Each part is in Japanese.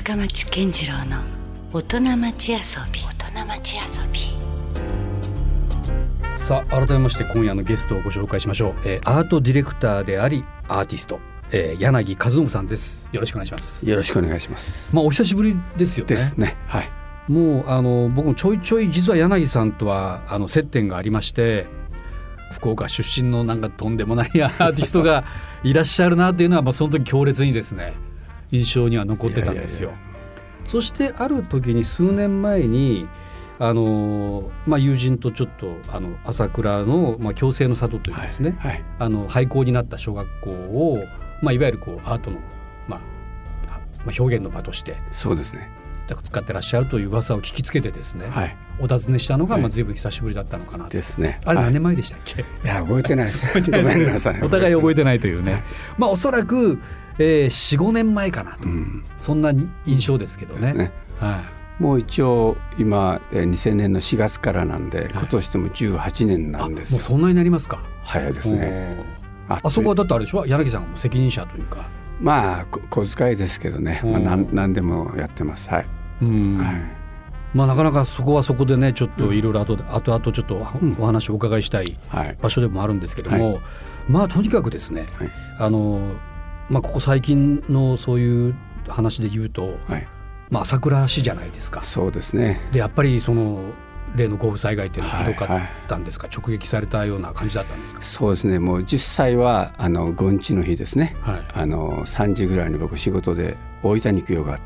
深町健次郎の大人町遊び。 さあ改めまして今夜のゲストをご紹介しましょう。アートディレクターでありアーティスト、柳和信さんです。よろしくお願いします。 よろしくお願いします。 お久しぶりですよね。 ですね。はい。 もう僕もちょいちょい実は柳さんとは接点がありまして、福岡出身のなんかとんでもないアーティストがいらっしゃるなっていうのはその時強烈にですね印象には残ってたんですよ。そしてある時に数年前に友人とちょっと朝倉の、共生の里というですね、廃校になった小学校を、いわゆるアートの、表現の場としてそうですね使ってらっしゃるという噂を聞きつけてですね、お尋ねしたのが随分久しぶりだったのかなと。 ですね。 あれ何年前でしたっけ？ いや覚えてないですごめんなさい。 お互い覚えてないというね、おそらく、4、5年前かなと、そんな印象ですけどね。 もう一応今2000年の4月からなんで、今年でも18年なんですよ。 もうそんなになりますか？ 早いですね。 あそこはだってあれでしょ、柳さんも責任者というか。 小遣いですけどね、何でもやってます。はい。 なかなかそこはそこでね、ちょっといろいろ後々ちょっとお話をお伺いしたい場所でもあるんですけども、とにかくですね、ここ最近のそういう話で言うと、朝倉市じゃないですか。 そうですね。 でやっぱりその例の豪雨災害っていうのはひどかったんですか？直撃されたような感じだったんですか？ そうですね。もう実際は5日の日ですね、3時ぐらいに僕仕事で大分に行く用があって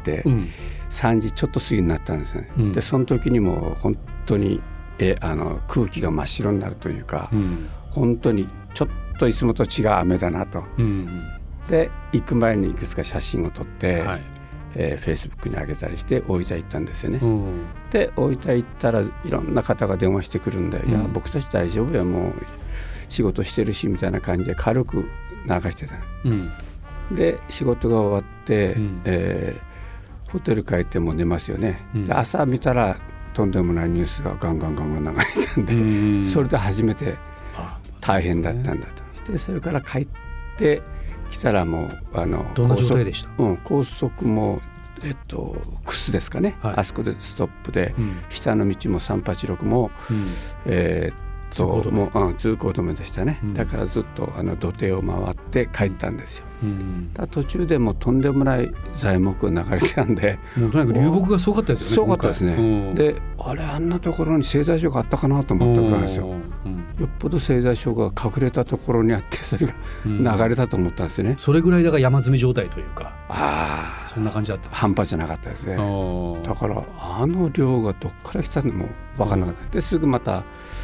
、3時ちょっと過ぎになったんですね。でその時にも本当に空気が真っ白になるというか、本当にちょっといつもと違う雨だなと、で行く前にいくつか写真を撮って、Facebook に上げたりして大分行ったんですよね。で大分行ったらいろんな方が電話してくるんで、いや僕たち大丈夫や、もう仕事してるしみたいな感じで軽く流してた。で仕事が終わって、ホテル帰ってもう寝ますよね。で朝見たらとんでもないニュースがガンガン流れたんで、それで初めて大変だったんだと。でそれから帰って来たらもうどんな状態でした？ 高速もクスですかね、あそこでストップで、下の道も386も、通行止めでしたね。だからずっと土手を回って帰ったんですよ。途中でもとんでもない材木が流れてたんで、 もうとにかく流木がすごかったですよね。 すごかったですね。であんなところに製材所があったかなと思ったぐらいですよ。よっぽど製材所が隠れたところにあって、それが流れたと思ったんですよね。 それぐらいだから山積み状態というか、そんな感じだったんです。 半端じゃなかったですね。だから量がどっから来たのも分からなかった。ですぐまた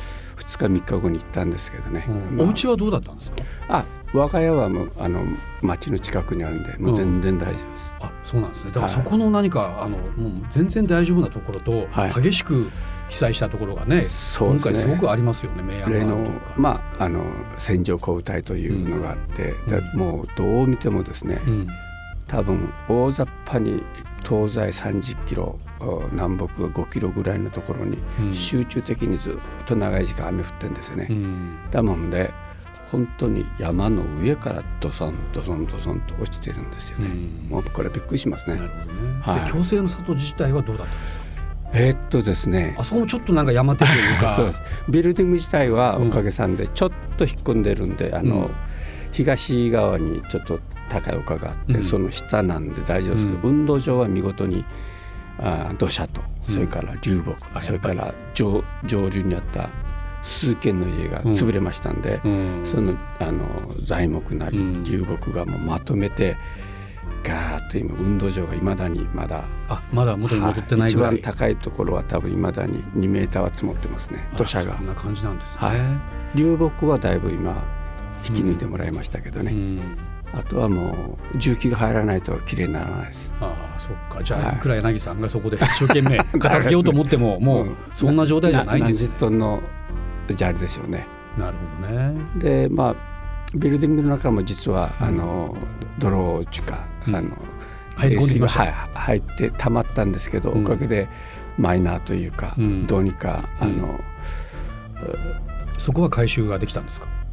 2日3日後に行ったんですけどね。 お家はどうだったんですか？ 我が家はもう町の近くにあるんで、もう全然大丈夫です。 そうなんですね。だからそこの何かもう全然大丈夫なところと、激しく被災したところがね、今回すごくありますよね。 例の線状降雨帯というのがあって、もうどう見てもですね、多分大雑把に東西30キロ南北5キロぐらいのところに集中的にずっと長い時間雨降ってるんですよね。だもんで本当に山の上からドソンドソンドソンと落ちてるんですよね。もうこれびっくりしますね。 共生の里自体はどうだったんですか？ ですね、 あそこもちょっとなんか山手というかそうです。ビルディング自体はおかげさんでちょっと引っ込んでるんで、東側にちょっと高い丘があって、その下なんで大丈夫ですけど、運動場は見事に土砂と、それから流木、それから上流にあった数軒の家が潰れましたんで、その材木なり流木がもうまとめてガーッと今運動場がいまだにまだ元に戻ってないぐらい、 一番高いところは多分いまだに2メーターは積もってますね、土砂が。 そんな感じなんですね。 流木はだいぶ今引き抜いてもらいましたけどね、あとはもう重機が入らないときれいにならないです。 そっか。じゃあいくら柳さんがそこで一生懸命片付けようと思ってももうそんな状態じゃないんですね。 何十トンの砂利でしょうね。 なるほどね。 でビルディングの中も実は泥地下入り込んできました。 入って溜まったんですけど、おかげでマイナーというか、どうにかそこは回収ができたんですか？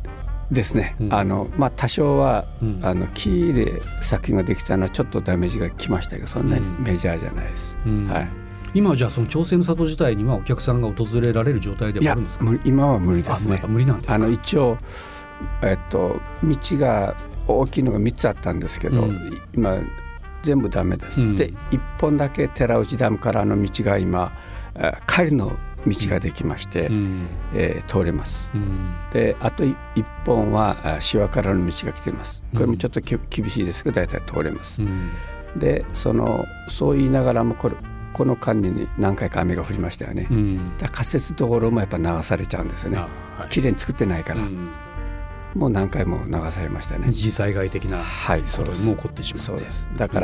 ですね、多少は、木で作品ができたのはちょっとダメージがきましたけど、そんなにメジャーじゃないです、はい。 今はじゃあその長生の里自体にはお客さんが訪れられる状態ではあるんですか？ いや、今は無理ですね。 無理なんですか？ 一応、道が大きいのが3つあったんですけど、今全部ダメです、で1本だけ寺内ダムからの道が今仮の道ができまして、通れます、であと1本はシワからの道が来ています。これもちょっと厳しいですけど大体通れます、でそう言いながらもこの間に何回か雨が降りましたよね、仮設道路もやっぱ流されちゃうんですよね、きれいに作ってないから、もう何回も流されましたね。 二次災害的なことも起こってしまって、 そうです。だから、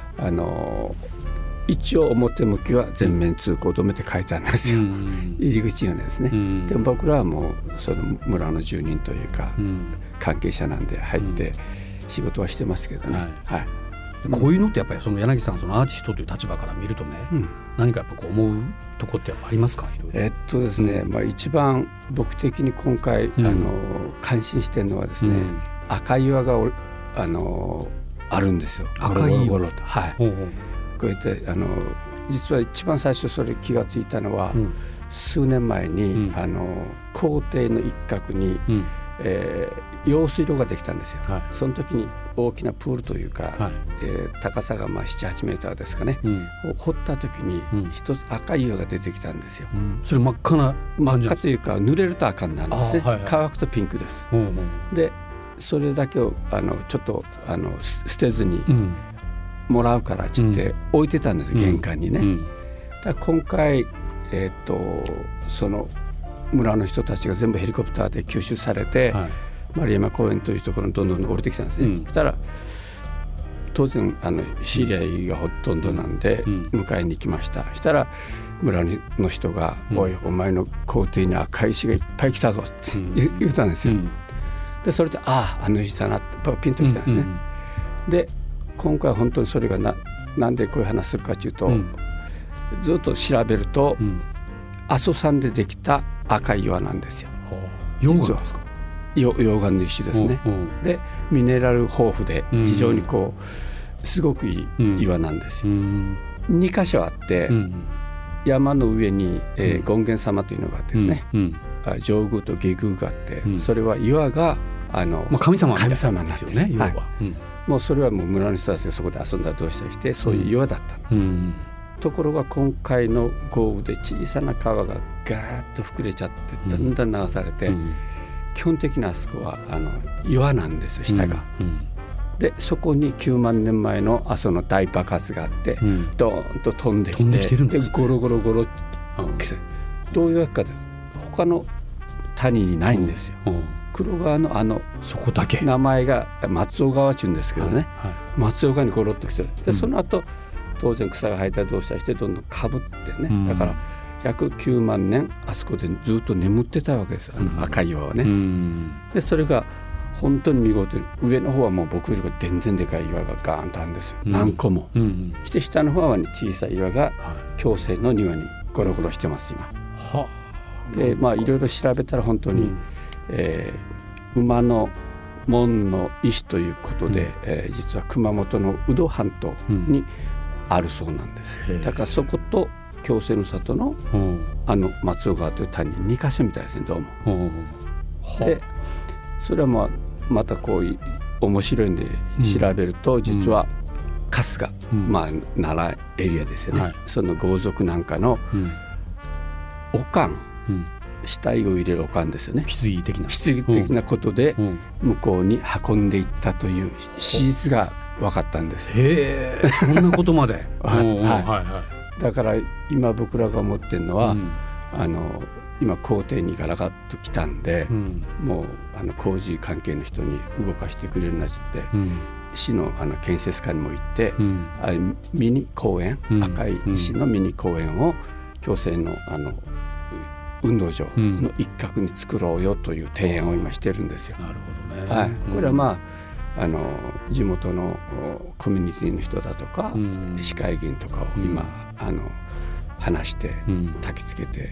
一応表向きは全面通行止めって書いてあるんですよ、入り口にはですね、でも僕らはもうその村の住人というか、関係者なんで入って仕事はしてますけどね、 こういうのってやっぱりその柳さん、そのアーティストという立場から見るとね、何かやっぱこう思うとこってやっぱありますか？ ですね、一番僕的に今回、感心してるのはですね、赤い岩があるんですよ。 赤い岩、 はい、こうやって実は一番最初それ気がついたのは、数年前に、校庭の一角に、用水路ができたんですよ、その時に大きなプールというか、高さが7-8メーターですかね、を掘った時に一つ赤い岩が出てきたんですよ、 それ真っ赤な真っ赤というか濡れると赤になるんですね、乾くとピンクです、でそれだけをちょっと捨てずにもらうからってって置いてたんです、玄関にね、だから今回、その村の人たちが全部ヘリコプターで吸収されて、丸山公園というところにどんどん降りてきたんですね、そしたら当然知り合いがほとんどなんで迎えに行きました。そしたら村の人が、おいお前の校庭に赤い石がいっぱい来たぞって言ったんですよ、でそれであの石だなってピンときたんですね、で今回本当にそれがなんでこういう話するかというと、ずっと調べると、阿蘇山でできた赤い岩なんですよ。 溶岩ですか？ 溶岩の石ですね、でミネラル豊富で非常にすごくいい岩なんですよ、2箇所あって、山の上に、権現様というのがあってですね、上宮と下宮があって、それは岩が神様なんですよね、要は、 もうそれはもう村の人たちがそこで遊んだりどうしたりしてそういう岩だった、ところが今回の豪雨で小さな川がガーッと膨れちゃってだんだん流されて、基本的にあそこは岩なんですよ、下が、でそこに9万年前の阿蘇の大爆発があって、ドーンと飛んできて、でゴロゴロゴロどういうわけかです。他の谷にないんですよ、黒川のそこだけ名前が松尾川っていうんですけどね、松尾川にゴロッと来てる。でその後当然草が生えたりどうしたりしてどんどんかぶってね、だから約9万年あそこでずっと眠ってたわけですよ、赤い岩はね、でそれが本当に見事に上の方はもう僕よりも全然でかい岩がガーンとあるんですよ、何個も、そして下の方は小さい岩が共生の庭にゴロゴロしてます今、でいろいろ調べたら本当に、馬の門の石ということで、実は熊本の宇土半島にあるそうなんです、だからそこと共生の里の松尾川という谷に2カ所みたいですね、どうも、でそれはまたこういう面白いんで調べると、実は春日、奈良エリアですよね、その豪族なんかのおかん、死体を入れるおかんですよね、 棺的なことで向こうに運んでいったという史実が分かったんです。 へえ、そんなことまでだから今僕らが思ってるのは、今校庭にガラガラッと来たんで、もう工事関係の人に動かしてくれるなっつって、市の建設課にも行って、ミニ公園、赤い石のミニ公園を共生の運動場の一角に作ろうよという提案を今してるんですよ。 なるほどね、 これは地元のコミュニティの人だとか、市会議員とかを今話して焚きつけて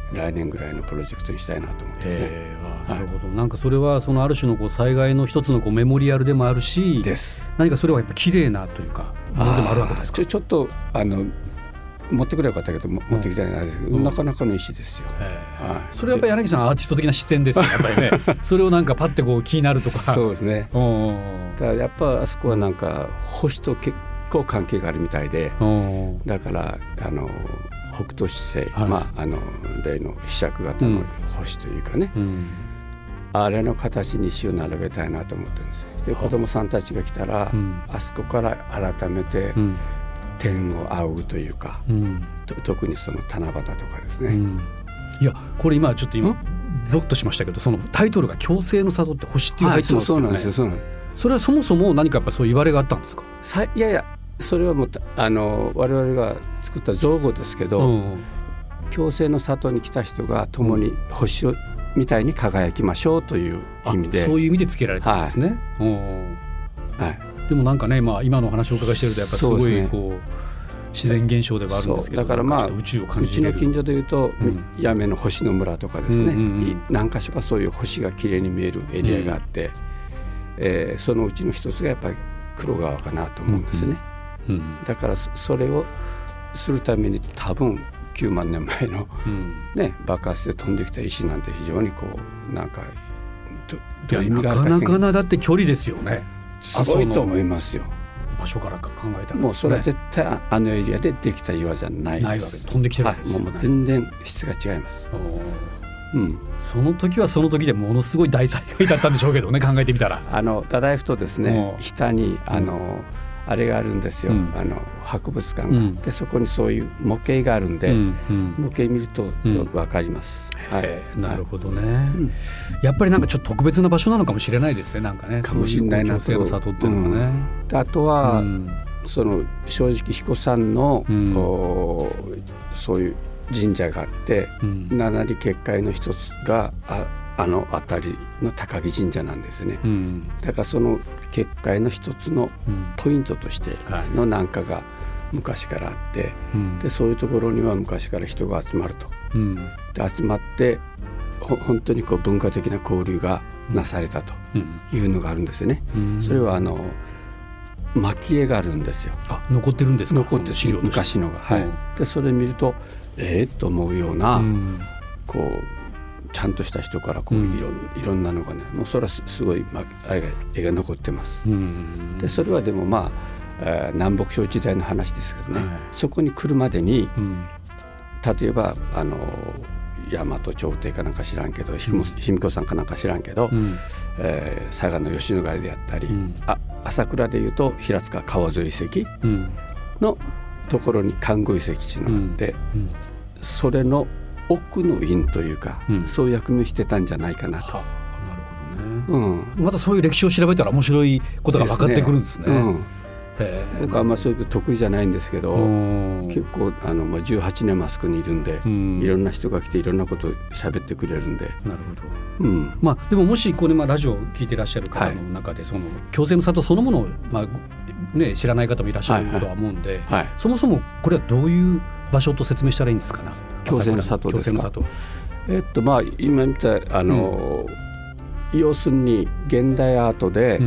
来年ぐらいのプロジェクトにしたいなと思ってね。 なるほど。なんかそれはそのある種のこう災害の一つのこうメモリアルでもあるしです。 何かそれはやっぱ綺麗なというかものでもあるわけですか。 ちょっと持ってくればよかったけど持ってきてないですけど、なかなかの石ですよ。 それはやっぱり柳さんアーティスト的な視線ですよやっぱりねそれをなんかパッてこう気になるとか。 そうですね。だからやっぱあそこはなんか星と結構関係があるみたいで、だから北斗七星、例のひしゃく型の星というかね、あれの形に石を並べたいなと思ってるんですよ。で子どもさんたちが来たら、あそこから改めて、天を仰ぐというか、特にその七夕とかですね、 いやこれ今ちょっとゾッとしましたけど、そのタイトルが共生の里って星っていう入ってますよね。 そうなんですよ。そうなんです。 それはそもそも何かやっぱそう言われがあったんですか。 いやいや、それはもう我々が作った造語ですけど、共生の里に来た人が共に星をみたいに輝きましょうという意味で、 そういう意味で付けられたんですね。でもなんかね、今の話をお伺いしてるとやっぱすごいこう自然現象ではあるんですけど、 だから宇宙を感じうちの近所でいうと、八女の星の村とかですね、何か所かそういう星がきれいに見えるエリアがあって、そのうちの一つがやっぱり黒川かなと思うんですよね。だからそれをするために多分9万年前の、爆発で飛んできた石なんて非常にこうなんかどういう意味があるかなかなかだって距離ですよね。 すごいと思いますよ。 場所から考えたら、 もうそれは絶対あのエリアでできた岩じゃないです。 ないわけで飛んできてるわけですよね。 もう全然質が違います。 その時はその時でものすごい大災害だったんでしょうけどね考えてみたら太宰府とですね下にあれがあるんですよ、博物館が、でそこにそういう模型があるんで、模型見ると分かります、 なるほどね、やっぱりなんかちょっと特別な場所なのかもしれないですね。なんかね、 かもしれないなと。 共生の里っていうのがね、 あとは、その正直彦山の、そういう神社があって、七里結界の一つがあの辺りの高木神社なんですね、だからその結界の一つのポイントとしてのなんかが昔からあって、でそういうところには昔から人が集まると、で集まって本当にこう文化的な交流がなされたというのがあるんですよね。それは蒔絵があるんですよ。 残ってるんですか。 残ってる昔のが、でそれ見るとと思うような、こうちゃんとした人からこういろんなのがね、もうそれはすごい、絵が残ってます。でそれはでも南北朝時代の話ですけどね、そこに来るまでに、例えば大和朝廷かなんか知らんけど、卑弥呼さんかなんか知らんけど、佐賀の吉野ヶ里であったり、朝倉でいうと平塚川沿い遺跡のところに看護遺跡っていうのがあって、それの奥の院というか、そういう役目してたんじゃないかなと。 なるほどね、またそういう歴史を調べたら面白いことが分かってくるんですね。 僕はあんまそういう得意じゃないんですけど、結構18年マスクにいるんで、いろんな人が来ていろんなことを喋ってくれるんで。 なるほど、でももしこれラジオを聞いてらっしゃる方の中で、その共生の里そのものを、知らない方もいらっしゃるとは思うんで、そもそもこれはどういう場所と説明したらいいんですかね。 共生の里ですか。今見た要するに現代アートで、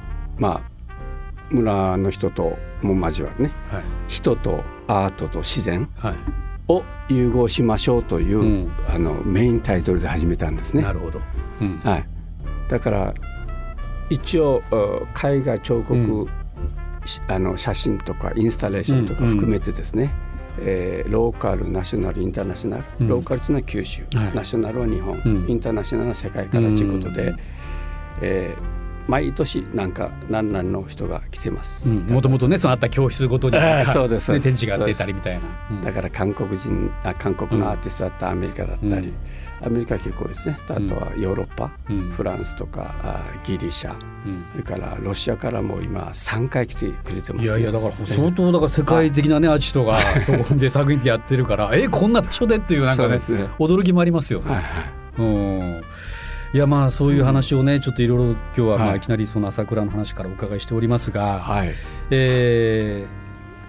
村の人とも交わるね、人とアートと自然を融合しましょうという、メインタイトルで始めたんですね。 なるほど、 だから一応絵画彫刻、写真とかインスタレーションとか含めてですね、ローカル、ナショナル、インターナショナル、ローカルというのは九州、ナショナルは日本、インターナショナルは世界からということで、毎年何々の人が来てます。 もともとね、そのあった教室ごとに展示が出たりみたいな、 だから韓国のアーティストだったり、アメリカだったり、アメリカ結構ですね。あとはヨーロッパ、フランスとかギリシャ、それからロシアからも今3回来てくれてます、ね。いやだから相当だから世界的なアーティストがそこで作品やってるからこんな場所でっていうなんかね、驚きもありますよね。いやそういう話をね、ちょっといろいろ今日はいきなりその朝倉の話からお伺いしておりますが、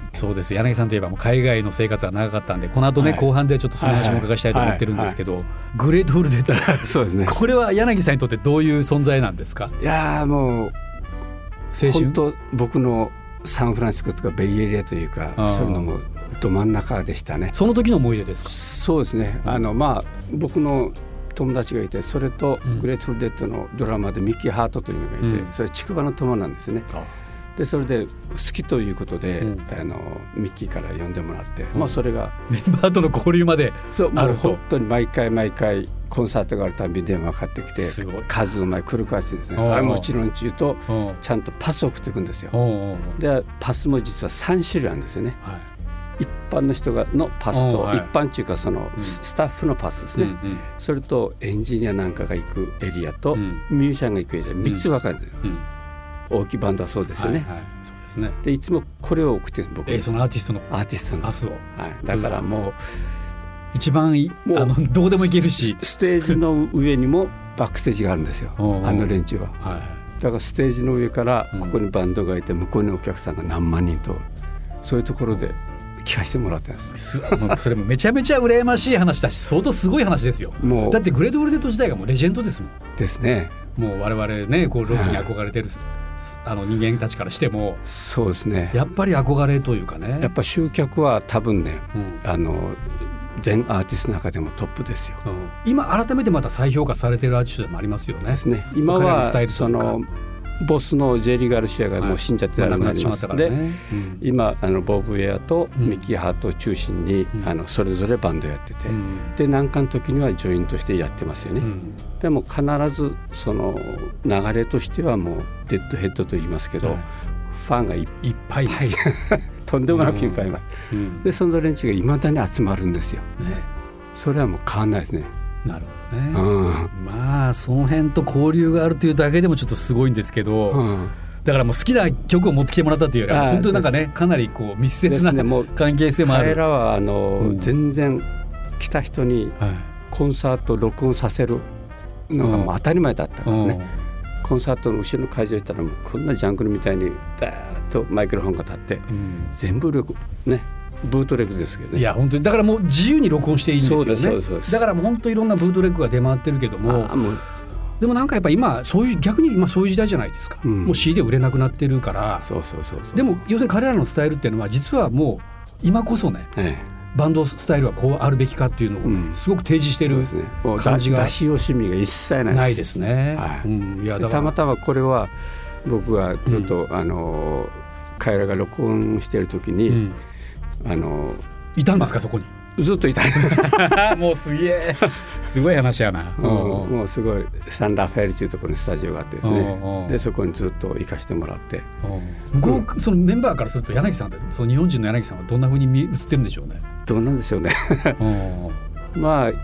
そうです。柳さんといえばもう海外の生活が長かったんで、この後ね、後半でちょっとその話もお伺いしたいと思ってるんですけど、グレートフルデッドそうですね。 これは柳さんにとってどういう存在なんですか？ いやもう青春、本当僕のサンフランシスコとかベイエリアというか、そういうのもど真ん中でしたね。 その時の思い出ですか？ そうですね。僕の友達がいて、それとグレートフルデッドのドラマでミッキー・ハートというのがいて、それ筑波の友なんですね。でそれで好きということで、ミッキーから呼んでもらって、それがメンバーとの交流まであると。 本当に毎回コンサートがあるたびに電話かかってきて、数の前来るかしですね。もちろん言うとちゃんとパスを送っていくんですよ。でパスも実は3種類あるんですよね。一般の人のパスと、一般というかそのスタッフのパスですね。それとエンジニアなんかが行くエリアと、ミュージシャンが行くエリア、3つ分かれてる。大きいバンドはそうですよね。 そうですね。 でいつもこれを送ってる僕、 そのアーティストのパスを、 だからもう一番どうでもいけるし、 ステージの上にもバックステージがあるんですよ。連中は。だからステージの上からここにバンドがいて、向こうにお客さんが何万人と、そういうところで聞かせてもらってます。 それもめちゃめちゃ羨ましい話だし、相当すごい話ですよ。だってグレートフルデッド時代がもうレジェンドですもん。 ですね。 もう我々ね、こうロックに憧れてる、人間たちからしても、 そうですね。 やっぱり憧れというかね。 やっぱ集客は多分ね、全アーティストの中でもトップですよ。 今改めてまた再評価されてるアーティストでもありますよね。 ですね。今はそのボスのジェリー・ガルシアがもう死んじゃってあれになりますので、今ボブ・ウェアとミッキー・ハートを中心にそれぞれバンドやってて、で何かの時にはジョインとしてやってますよね。でも必ずその流れとしてはもうデッドヘッドと言いますけど、ファンがいっぱいです。とんでもなくいっぱいいます。でその連中がいまだに集まるんですよ。それはもう変わんないですね。 なるほどね。まあその辺と交流があるというだけでもちょっとすごいんですけど、だからもう好きな曲を持ってきてもらったというよりは、本当になんかね、かなりこう密接な関係性もある。 彼らは全然来た人にコンサートを録音させるのがもう当たり前だったからね。コンサートの後ろの会場行ったらもうこんなジャングルみたいにダーッとマイクロフォンが立って、全部ね、ブートレグですけどね。 いや本当にだからもう自由に録音していいんですよね。 そうです。 だからもう本当いろんなブートレッグが出回ってるけども、でもなんかやっぱ今逆に今そういう時代じゃないですか。もう CD 売れなくなってるから。でも要するに彼らのスタイルっていうのは実はもう今こそね、バンドスタイルはこうあるべきかっていうのをすごく提示してる感じが、 出し惜しみが一切ないですね。 たまたまこれは僕がずっと彼らが録音してる時にいたんですか、そこに。 ずっといた。 もうすごい話やな。 もうすごいサンラフェルというところにスタジオがあってですね、でそこにずっと行かせてもらって、 向こうそのメンバーからすると柳さんって、その日本人の柳さんはどんな風に映ってるんでしょうね。 どうなんでしょうね。まあ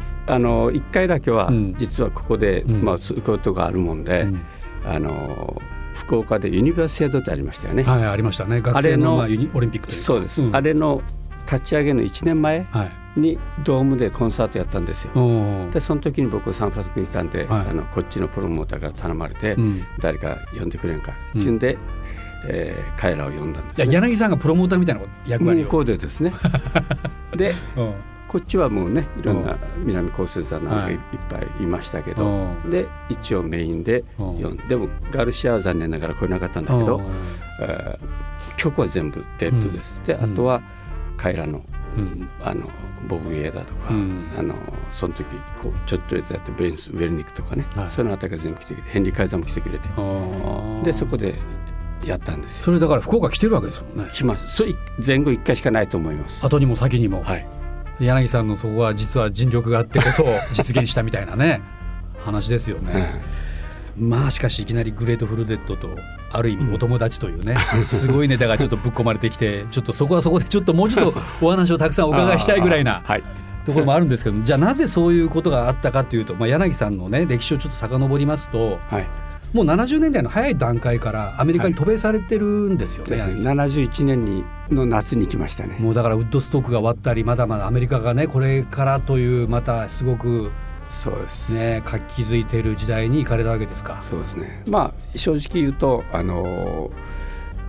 1回だけは実はここでそういうことがあるもんで、福岡でユニバーシアードってありましたよね。 ありましたね。学生のオリンピックというか。 そうです。あれの立ち上げの1年前にドームでコンサートやったんですよ。でその時に僕サンフランシスコに来たんで、こっちのプロモーターから頼まれて、誰か呼んでくれんかっていうんで、彼らを呼んだんですね。 柳さんがプロモーターみたいな役割を。 向こうでですね。でこっちはもうね、いろんな南高生さんなんかいっぱいいましたけど、で一応メインで呼んで、でもガルシアは残念ながら来れなかったんだけど、曲は全部デッドです。であとは彼らのボブ・ウェアだとか、その時こうちょっとやってベンス・ウェルニックとかね、そういうのあたりが全部来てくれて、ヘンリー・カイザーも来てくれて、でそこでやったんですよ。 それだから福岡来てるわけですもんね。 来ます。それ前後1回しかないと思います。 後にも先にも。柳さんのそこは実は尽力があってこそ実現したみたいなね話ですよね。まあしかしいきなりグレートフルデッドとある意味お友達というね、すごいネタがちょっとぶっ込まれてきて、ちょっとそこはそこでちょっともうちょっとお話をたくさんお伺いしたいぐらいなところもあるんですけど、じゃあなぜそういうことがあったかというと、柳さんのね歴史をちょっと遡りますと、もう70年代の早い段階からアメリカに渡米されてるんですよね。 71年の夏に来ましたね。 もうだからウッドストックが終わったり、まだまだアメリカがねこれからというまたすごくそうですね活気づいている時代に行かれたわけですか。 そうですね。まあ正直言うと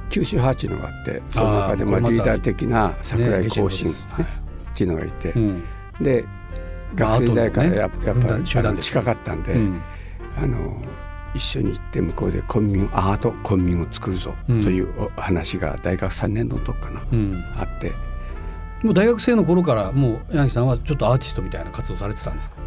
九州ハーチのがあって、その中でリーダー的な桜井光信、っていうのがいて、で学生時代からやっぱり近かったんで、一緒に行って向こうでアートコンミンを作るぞという話が大学3年の時かな、あって、 もう大学生の頃からもう柳さんはちょっとアーティストみたいな活動されてたんですか？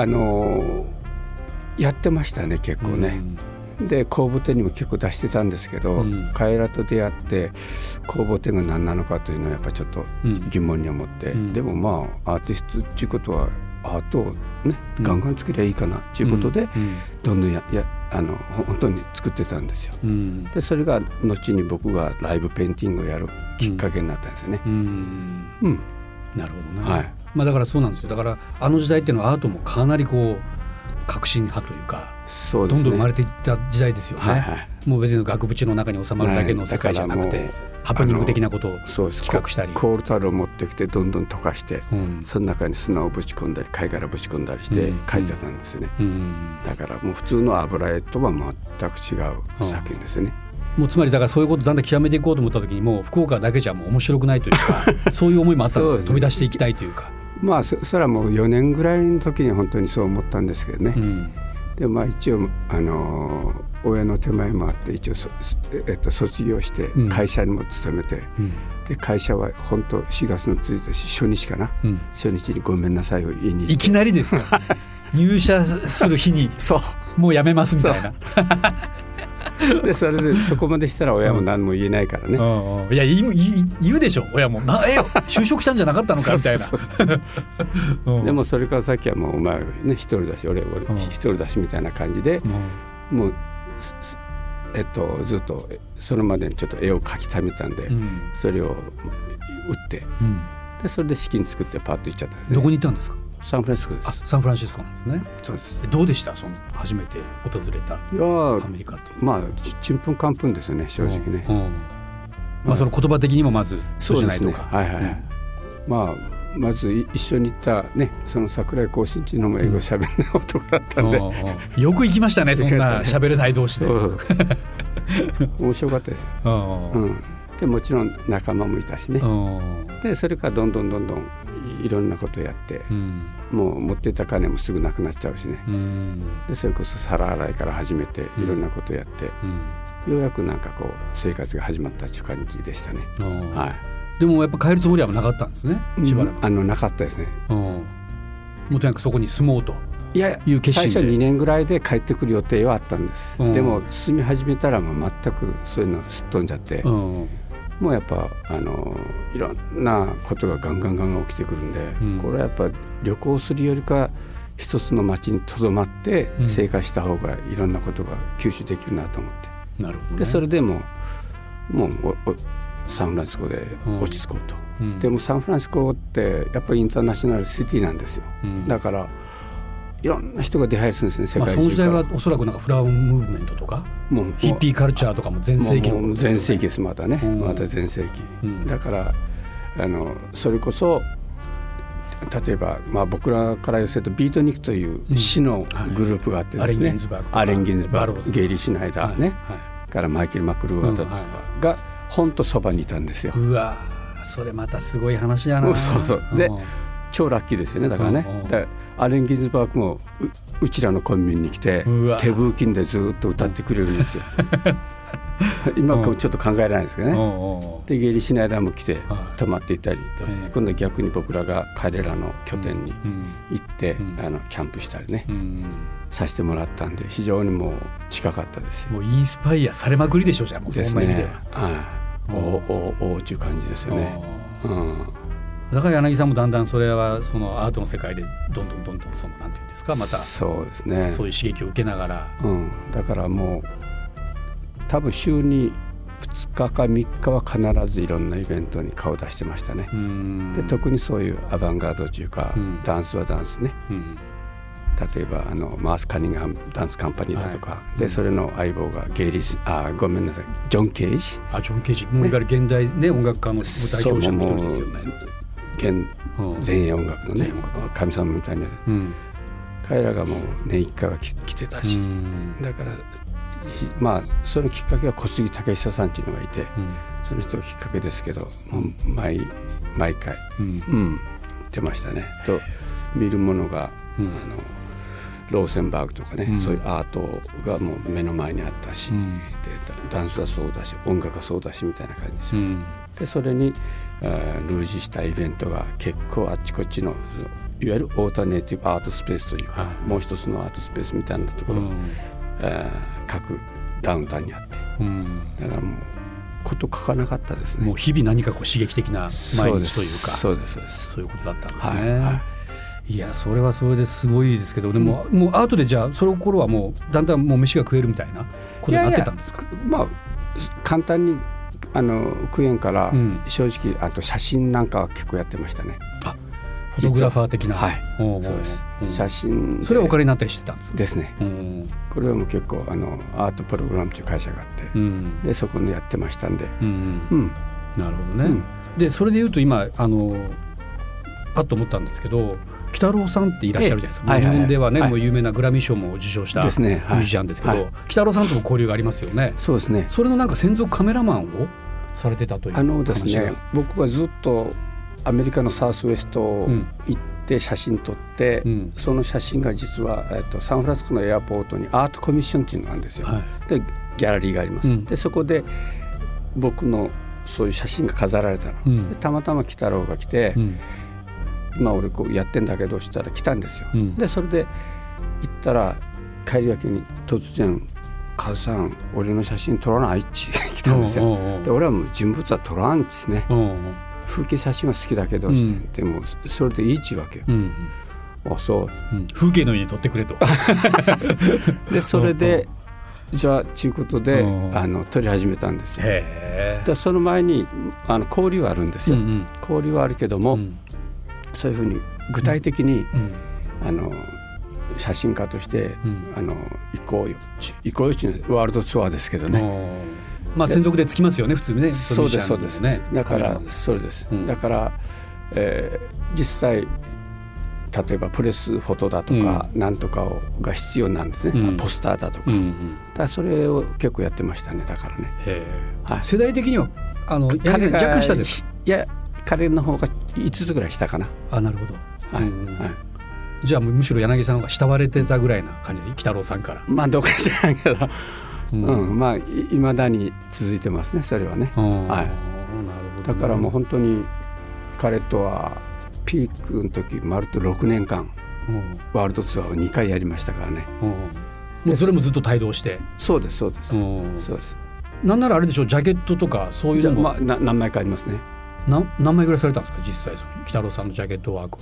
やってましたね、結構ね。で公募展にも結構出してたんですけど、彼らと出会って公募展が何なのかというのはやっぱりちょっと疑問に思って、でもアーティストっていうことはアートをねガンガン作りゃいいかなということで、どんどん本当に作ってたんですよ。でそれが後に僕がライブペインティングをやるきっかけになったんですよね。 なるほどね。だからそうなんですよ。だからあの時代っていうのはアートもかなり革新派というか、 そうですね、 どんどん生まれていった時代ですよね。もう別に額縁の中に収まるだけの世界じゃなくて、ハプニング的なことを企画したり、 コールタルを持ってきてどんどん溶かして、その中に砂をぶち込んだり貝殻ぶち込んだりして描いてたんですよね。だからもう普通の油絵とは全く違う作品ですよね。 もうつまりだからそういうことをだんだん極めていこうと思った時に、もう福岡だけじゃもう面白くないというかそういう思いもあったんですか？飛び出していきたいというか。 それはもう4年ぐらいの時に本当にそう思ったんですけどね。で一応親の手前もあって一応卒業して会社にも勤めて、で会社は本当4月の1日初日かな、初日にごめんなさいを言いに行って、 いきなりですか？入社する日にもう辞めますみたいな。 でそれでそこまでしたら親も何も言えないからね。 いや言うでしょ親も。就職したんじゃなかったのかみたいな。 でもそれからさっきはもうお前ね一人だし俺一人だしみたいな感じで、もうずっとそれまでにちょっと絵を描きためたんで、それを売って、でそれで資金作ってパッと行っちゃったんですね。 どこに行ったんですか？ サンフランシスコです。 サンフランシスコなんですね。 そうです。 どうでした？初めて訪れたアメリカっていう。 ちんぷんかんぷんですよね、正直ね。 その言葉的にもまずそうじゃないとか。 まず一緒に行ったね、その桜井光信っていうのも英語喋れない男だったんで、 よく行きましたね、そんな喋れない同士で。 面白かったです。でもちろん仲間もいたしね。でそれからどんどんいろんなことをやって、もう持っていた金もすぐなくなっちゃうしね。でそれこそ皿洗いから始めていろんなことをやって、ようやく生活が始まったという感じでしたね。 でもやっぱ帰るつもりはなかったんですね、しばらく。 なかったですね。 もうとにかくそこに住もうという決心で。 最初2年ぐらいで帰ってくる予定はあったんです。でも住み始めたらもう全くそういうのすっ飛んじゃって、もうやっぱいろんなことがガンガン起きてくるんで、これはやっぱ旅行するよりか一つの町にとどまって生活した方がいろんなことが吸収できるなと思って、 なるほどね。 でそれでもうサンフランシスコで落ち着こうと、でもサンフランシスコってやっぱりインターナショナルシティなんですよ。だからいろんな人が出入りするんですね、世界中から。その時代はおそらくフラワームーブメントとかヒッピーカルチャーとかも全盛期の、 全盛期です。また全盛期、だからそれこそ例えば僕らから寄せるとビートニックという詩のグループがあってですね、アレン・ギンズバーグ、ゲイリー・シュナイダーね、からマイケル・マクルーアーとかが本当そばにいたんですよ。 うわ、それまたすごい話やな。 で超ラッキーですよね。だからね、アレン・ギンズバーグもうちらのコンビニに来て手風琴でずっと歌ってくれるんですよ。今ちょっと考えられないですけどね。でゲイリー・シュナイダーも来て泊まっていったり、今度は逆に僕らが彼らの拠点に行ってキャンプしたりね、させてもらったんで、非常にもう近かったですよ。 もうインスパイアされまくりでしょ、じゃあもうそんな意味でおっていう感じですよね。 だから柳さんもだんだんそれはそのアートの世界でどんどんなんていうんですか、またそうですね、 そういう刺激を受けながら、 だからもう多分週に2日か3日は必ずいろんなイベントに顔出してましたね。で特にそういうアバンガードというか、ダンスはダンスね、例えばマース・カニンガムダンスカンパニーだとか、でそれの相棒がゲイリーごめんなさい、ジョン・ケージ。ジョン・ケージ、もういわゆる現代、ね、音楽家の舞台長者の一人ですよね。 前衛音楽のね、神様みたいな、彼らがもう年1回は来てたし、だからそのきっかけは小杉武久さんっていうのがいて、その人がきっかけですけど、もう毎回、出ましたね。と見るものが、ローセンバーグとかね、そういうアートがもう目の前にあったし、でダンスはそうだし音楽はそうだしみたいな感じですよ、でそれに類似したイベントが結構あっちこっちのいわゆるオータネイティブアートスペースというか、もう一つのアートスペースみたいなところ、各ダウンタウンにあって、だからもうこと書かなかったですね。 もう日々何かこう刺激的な毎日というか、 そうですそういうことだったんですね。いやそれはそれですごいですけど、でも、もうアートでじゃあその頃はもうだんだんもう飯が食えるみたいなことになってたんですか？ 簡単に食えんから、正直あと写真なんかは結構やってましたね。 フォトグラファー的な。 そうです。写真それはお金になったりしてたんですか？ ですね。これはもう結構アートプログラムという会社があって、でそこにやってましたんで、 なるほどね。でそれでいうと今パッと思ったんですけど、北郎さんっていらっしゃるじゃないですか。日本ではね、もう有名なグラミー賞も受賞したミュージシャンですけど、北郎さんとも交流がありますよね。 そうですね。 それのなんか専属カメラマンをされてたという話ですね、僕はずっとアメリカのサウスウエスト行って写真撮って、その写真が実は、サンフランシスコのエアポートにアートコミッションっていうのがあるんですよ、でギャラリーがあります、でそこで僕のそういう写真が飾られたの、でたまたま鬼太郎が来て、今俺こうやってんだけどしたら来たんですよ、でそれで行ったら帰りがけに突然カズさん俺の写真撮らないって来たんですよ。で俺はもう人物は撮らんですね、風景写真は好きだけど、でもそれでいいっちゅうわけよ、そう、 風景のように撮ってくれとでそれでじゃあということで撮り始めたんですよ。でその前に交流はあるんですよ、交流はあるけども、そういうふうに具体的に、写真家として、行こうよっていうワールドツアーですけどね、 専属でつきますよね普通にね。 そうですね。だからそれです、だから、実際例えばプレスフォトだとかなんとかが必要なんですね、ポスターだとか、だからそれを結構やってましたね。だからね、 世代的には彼が若干下です。 いや彼の方が5つぐらい下かな。 なるほど、じゃあむしろ柳さんが慕われてたぐらいな感じで、北郎さんから。 どうか知らんけどいまだに続いてますね、それはね。なるほど、だからもう本当に彼とはピークの時丸と6年間ワールドツアーを2回やりましたからね。 それもずっと帯同して。 そうです。 なんならあれでしょう、ジャケットとかそういうのも何枚かありますね。 何枚ぐらいされたんですか実際、北郎さんのジャケットワークは。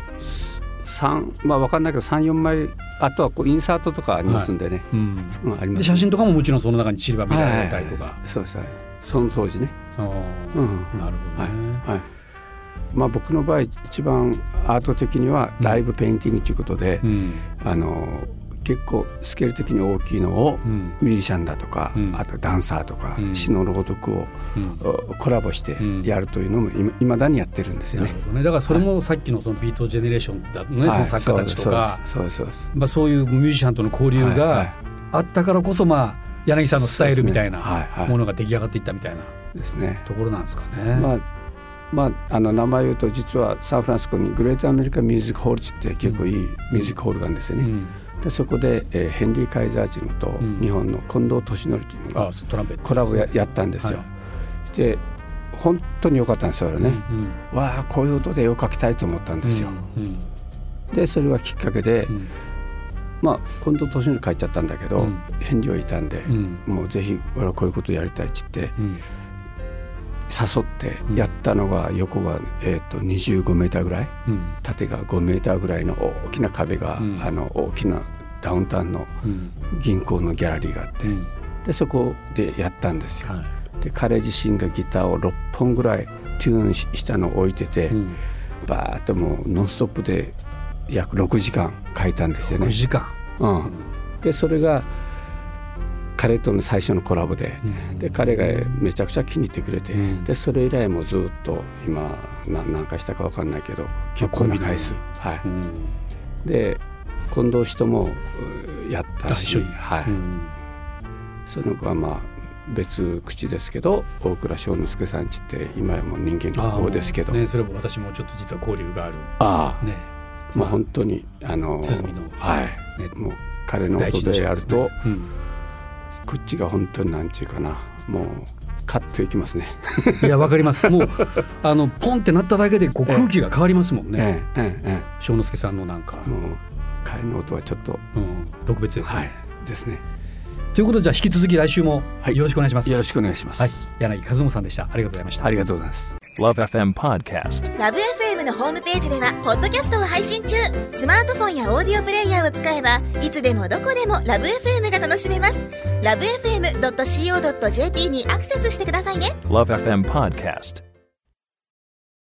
分かんないけど 3,4 枚、あとはこうインサートとかありますんでね、ありますね。 で写真とかももちろんその中に散りばめられたりとか。 そうです、その当時ね。 なるほどね。 僕の場合一番アート的にはライブペインティングということで、結構スケール的に大きいのをミュージシャンだとか、あとダンサーとか詩の朗読をコラボしてやるというのもいまだにやってるんですよね。 だからそれもさっきのそのビートジェネレーションだね、その作家たちとか、そういうミュージシャンとの交流があったからこそ、柳さんのスタイルみたいなものが出来上がっていったみたいなところなんですかね。 名前を言うと実はサンフランシスコにグレートアメリカンミュージックホールって結構いいミュージックホールがあるんですよね。でそこで、ヘンリー・カイザージノと日本の近藤俊則というのがコラボやったんですよ。で本当に良かったんですよね。わあこういう音で絵を描きたいと思ったんですよ。でそれがきっかけで、近藤俊則書いちゃったんだけど、ヘンリーはいたんで、もうぜひ俺はこういうことやりたいって言って、誘ってやったのが横が、25メーターぐらい、縦が5メーターぐらいの大きな壁が、大きなダウンタウンの銀行のギャラリーがあって、でそこでやったんですよ。で彼自身がギターを6本ぐらいチューンしたのを置いてて、バーッともうノンストップで約6時間書いたんですよね。 6時間、 でそれが彼との最初のコラボで、彼がめちゃくちゃ気に入ってくれて、でそれ以来もずっと今何回したか分かんないけど結構な回数、で近藤氏ともやったし、 その子はまあ別口ですけど、大倉正之助さんちって今やもう人間国宝ですけど、 ね、それも私もちょっと実は交流がある。ね、 まあ本当に鼓の、 はい、ね、もう彼の音でやると、こっちが本当になんていうかな、もうカッといきますね。 いや、わかります。もうポンってなっただけでこう空気が変わりますもんね。正之助さんのなんかもう彼の音はちょっと、 特別ですね。 はい、ですね。 ということで、じゃあ引き続き来週もよろしくお願いします。 よろしくお願いします。 はい、柳和信さんでした。ありがとうございました。 ありがとうございます。 LoveFM Podcast。LoveFM のホームページではポッドキャストを配信中。スマートフォンやオーディオプレイヤーを使えばいつでもどこでもLoveFMが楽しめます。LoveFM.co.jp にアクセスしてくださいね。 LoveFM Podcast。